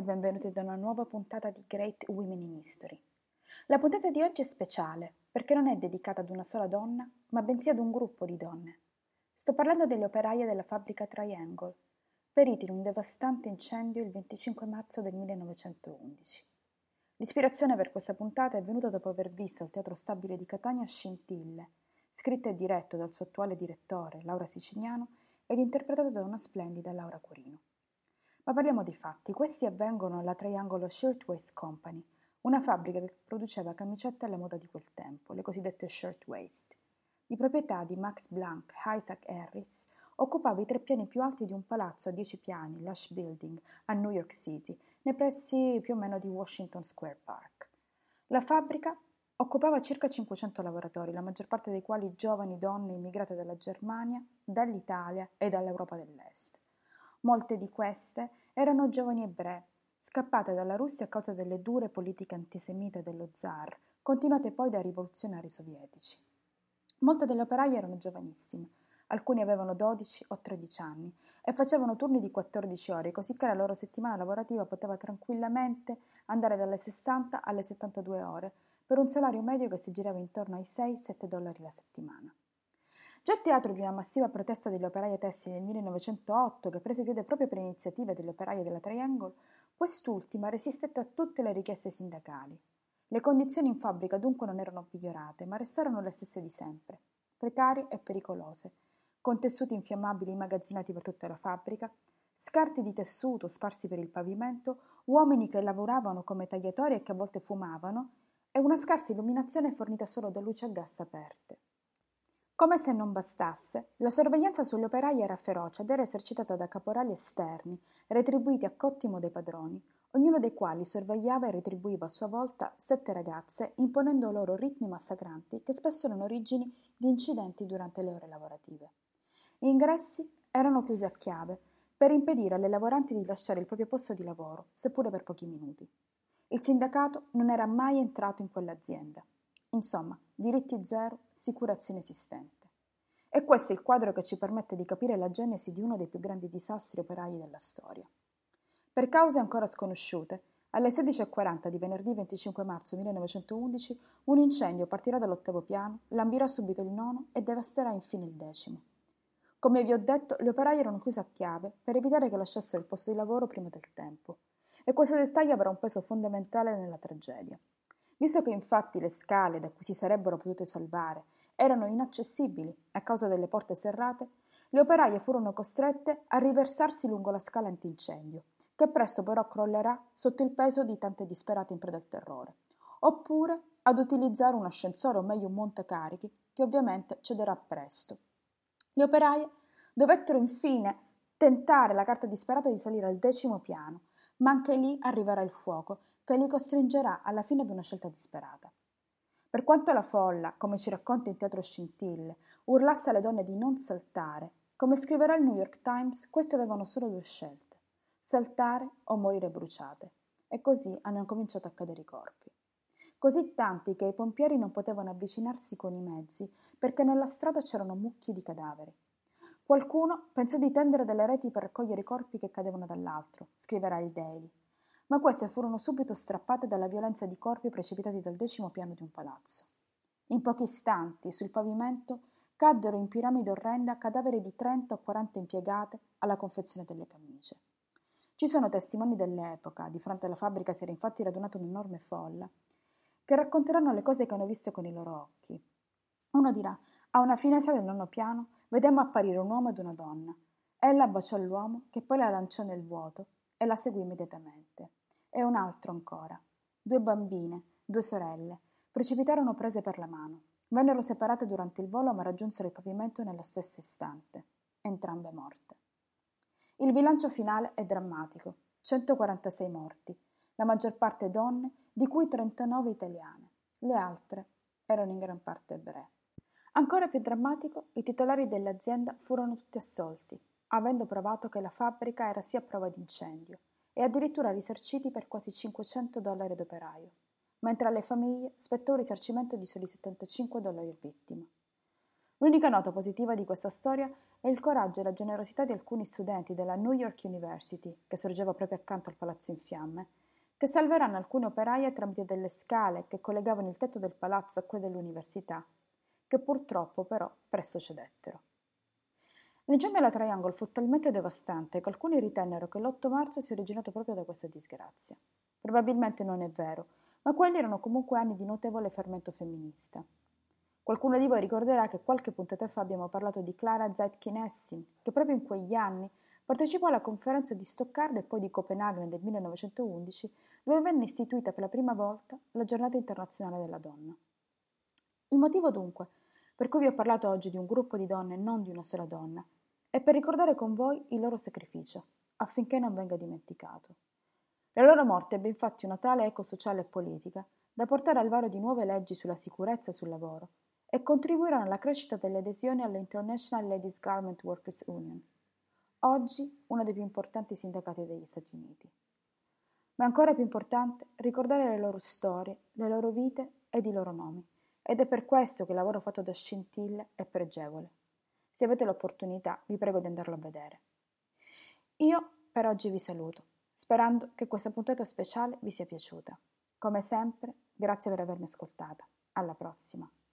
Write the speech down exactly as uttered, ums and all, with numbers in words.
benvenuti ad una nuova puntata di Great Women in History. La puntata di oggi è speciale perché non è dedicata ad una sola donna, ma bensì ad un gruppo di donne. Sto parlando delle operaie della fabbrica Triangle, perite in un devastante incendio il venticinque marzo del millenovecentoundici. L'ispirazione per questa puntata è venuta dopo aver visto al Teatro Stabile di Catania Scintille, scritto e diretto dal suo attuale direttore, Laura Siciliano, ed interpretato da una splendida Laura Curino. Ma parliamo dei fatti. Questi avvengono alla Triangle Shirtwaist Company, una fabbrica che produceva camicette alla moda di quel tempo, le cosiddette shirtwaist. Di proprietà di Max Planck Isaac Harris, occupava i tre piani più alti di un palazzo a dieci piani, l'Ash Building, a New York City, nei pressi più o meno di Washington Square Park. La fabbrica occupava circa cinquecento lavoratori, la maggior parte dei quali giovani donne immigrate dalla Germania, dall'Italia e dall'Europa dell'Est. Molte di queste erano giovani ebree, scappate dalla Russia a causa delle dure politiche antisemite dello zar, continuate poi dai rivoluzionari sovietici. Molte delle operaie erano giovanissime, alcuni avevano dodici o tredici anni e facevano turni di quattordici ore, così che la loro settimana lavorativa poteva tranquillamente andare dalle sessanta alle settantadue ore, per un salario medio che si girava intorno ai sei sette dollari la settimana. Già a teatro di una massiva protesta delle operaie tessili nel millenovecentootto, che prese piede proprio per iniziative delle operaie della Triangle, quest'ultima resistette a tutte le richieste sindacali. Le condizioni in fabbrica dunque non erano migliorate, ma restarono le stesse di sempre, precarie e pericolose, con tessuti infiammabili immagazzinati per tutta la fabbrica, scarti di tessuto sparsi per il pavimento, uomini che lavoravano come tagliatori e che a volte fumavano, e una scarsa illuminazione fornita solo da luci a gas aperte. Come se non bastasse, la sorveglianza sugli operai era feroce ed era esercitata da caporali esterni, retribuiti a cottimo dai padroni, ognuno dei quali sorvegliava e retribuiva a sua volta sette ragazze, imponendo loro ritmi massacranti che spesso erano origini di incidenti durante le ore lavorative. Gli ingressi erano chiusi a chiave per impedire alle lavoranti di lasciare il proprio posto di lavoro, seppure per pochi minuti. Il sindacato non era mai entrato in quell'azienda. Insomma, diritti zero, sicurezza inesistente. E questo è il quadro che ci permette di capire la genesi di uno dei più grandi disastri operai della storia. Per cause ancora sconosciute, alle sedici e quaranta di venerdì venticinque marzo millenovecentoundici un incendio partirà dall'ottavo piano, lambirà subito il nono e devasterà infine il decimo. Come vi ho detto, gli operai erano chiusi a chiave per evitare che lasciassero il posto di lavoro prima del tempo. E questo dettaglio avrà un peso fondamentale nella tragedia. Visto che infatti le scale da cui si sarebbero potute salvare erano inaccessibili a causa delle porte serrate, le operaie furono costrette a riversarsi lungo la scala antincendio, che presto però crollerà sotto il peso di tante disperate in preda al terrore, oppure ad utilizzare un ascensore o meglio un montacarichi, che ovviamente cederà presto. Le operaie dovettero infine tentare la carta disperata di salire al decimo piano, ma anche lì arriverà il fuoco, che li costringerà alla fine ad una scelta disperata. Per quanto la folla, come ci racconta in Teatro Scintille, urlasse alle donne di non saltare, come scriverà il New York Times, queste avevano solo due scelte: saltare o morire bruciate. E così hanno cominciato a cadere i corpi. Così tanti che i pompieri non potevano avvicinarsi con i mezzi, perché nella strada c'erano mucchi di cadaveri. Qualcuno pensò di tendere delle reti per raccogliere i corpi che cadevano dall'altro, scriverà il Daily. Ma queste furono subito strappate dalla violenza di corpi precipitati dal decimo piano di un palazzo. In pochi istanti, sul pavimento, caddero in piramide orrenda cadaveri di trenta o quaranta impiegate alla confezione delle camicie. Ci sono testimoni dell'epoca, di fronte alla fabbrica si era infatti radunata un'enorme folla, che racconteranno le cose che hanno visto con i loro occhi. Uno dirà: a una finestra del nono piano vedemmo apparire un uomo ed una donna. Ella baciò l'uomo, che poi la lanciò nel vuoto e la seguì immediatamente. E un altro ancora. Due bambine, due sorelle, precipitarono prese per la mano. Vennero separate durante il volo, ma raggiunsero il pavimento nello stesso istante. Entrambe morte. Il bilancio finale è drammatico. centoquarantasei morti, la maggior parte donne, di cui trentanove italiane. Le altre erano in gran parte ebree. Ancora più drammatico, i titolari dell'azienda furono tutti assolti, avendo provato che la fabbrica era sì a prova di incendio, e addirittura risarciti per quasi cinquecento dollari ad operaio, mentre alle famiglie spettò un risarcimento di soli settantacinque dollari a vittima. L'unica nota positiva di questa storia è il coraggio e la generosità di alcuni studenti della New York University, che sorgeva proprio accanto al palazzo in fiamme, che salveranno alcune operaie tramite delle scale che collegavano il tetto del palazzo a quello dell'università, che purtroppo però presto cedettero. L'incendio alla Triangle fu talmente devastante che alcuni ritennero che l'otto marzo sia originato proprio da questa disgrazia. Probabilmente non è vero, ma quelli erano comunque anni di notevole fermento femminista. Qualcuno di voi ricorderà che qualche puntata fa abbiamo parlato di Clara Zetkin-Essin, che proprio in quegli anni partecipò alla conferenza di Stoccarda e poi di Copenaghen del millenovecentoundici, dove venne istituita per la prima volta la Giornata internazionale della donna. Il motivo dunque, per cui vi ho parlato oggi di un gruppo di donne e non di una sola donna, è per ricordare con voi il loro sacrificio, affinché non venga dimenticato. La loro morte ebbe infatti una tale eco sociale e politica da portare al varo di nuove leggi sulla sicurezza sul lavoro e contribuirono alla crescita delle adesioni alle International Ladies Garment Workers Union, oggi uno dei più importanti sindacati degli Stati Uniti. Ma è ancora più importante ricordare le loro storie, le loro vite ed i loro nomi, ed è per questo che il lavoro fatto da Scintille è pregevole. Se avete l'opportunità, vi prego di andarlo a vedere. Io per oggi vi saluto, sperando che questa puntata speciale vi sia piaciuta. Come sempre, grazie per avermi ascoltata. Alla prossima.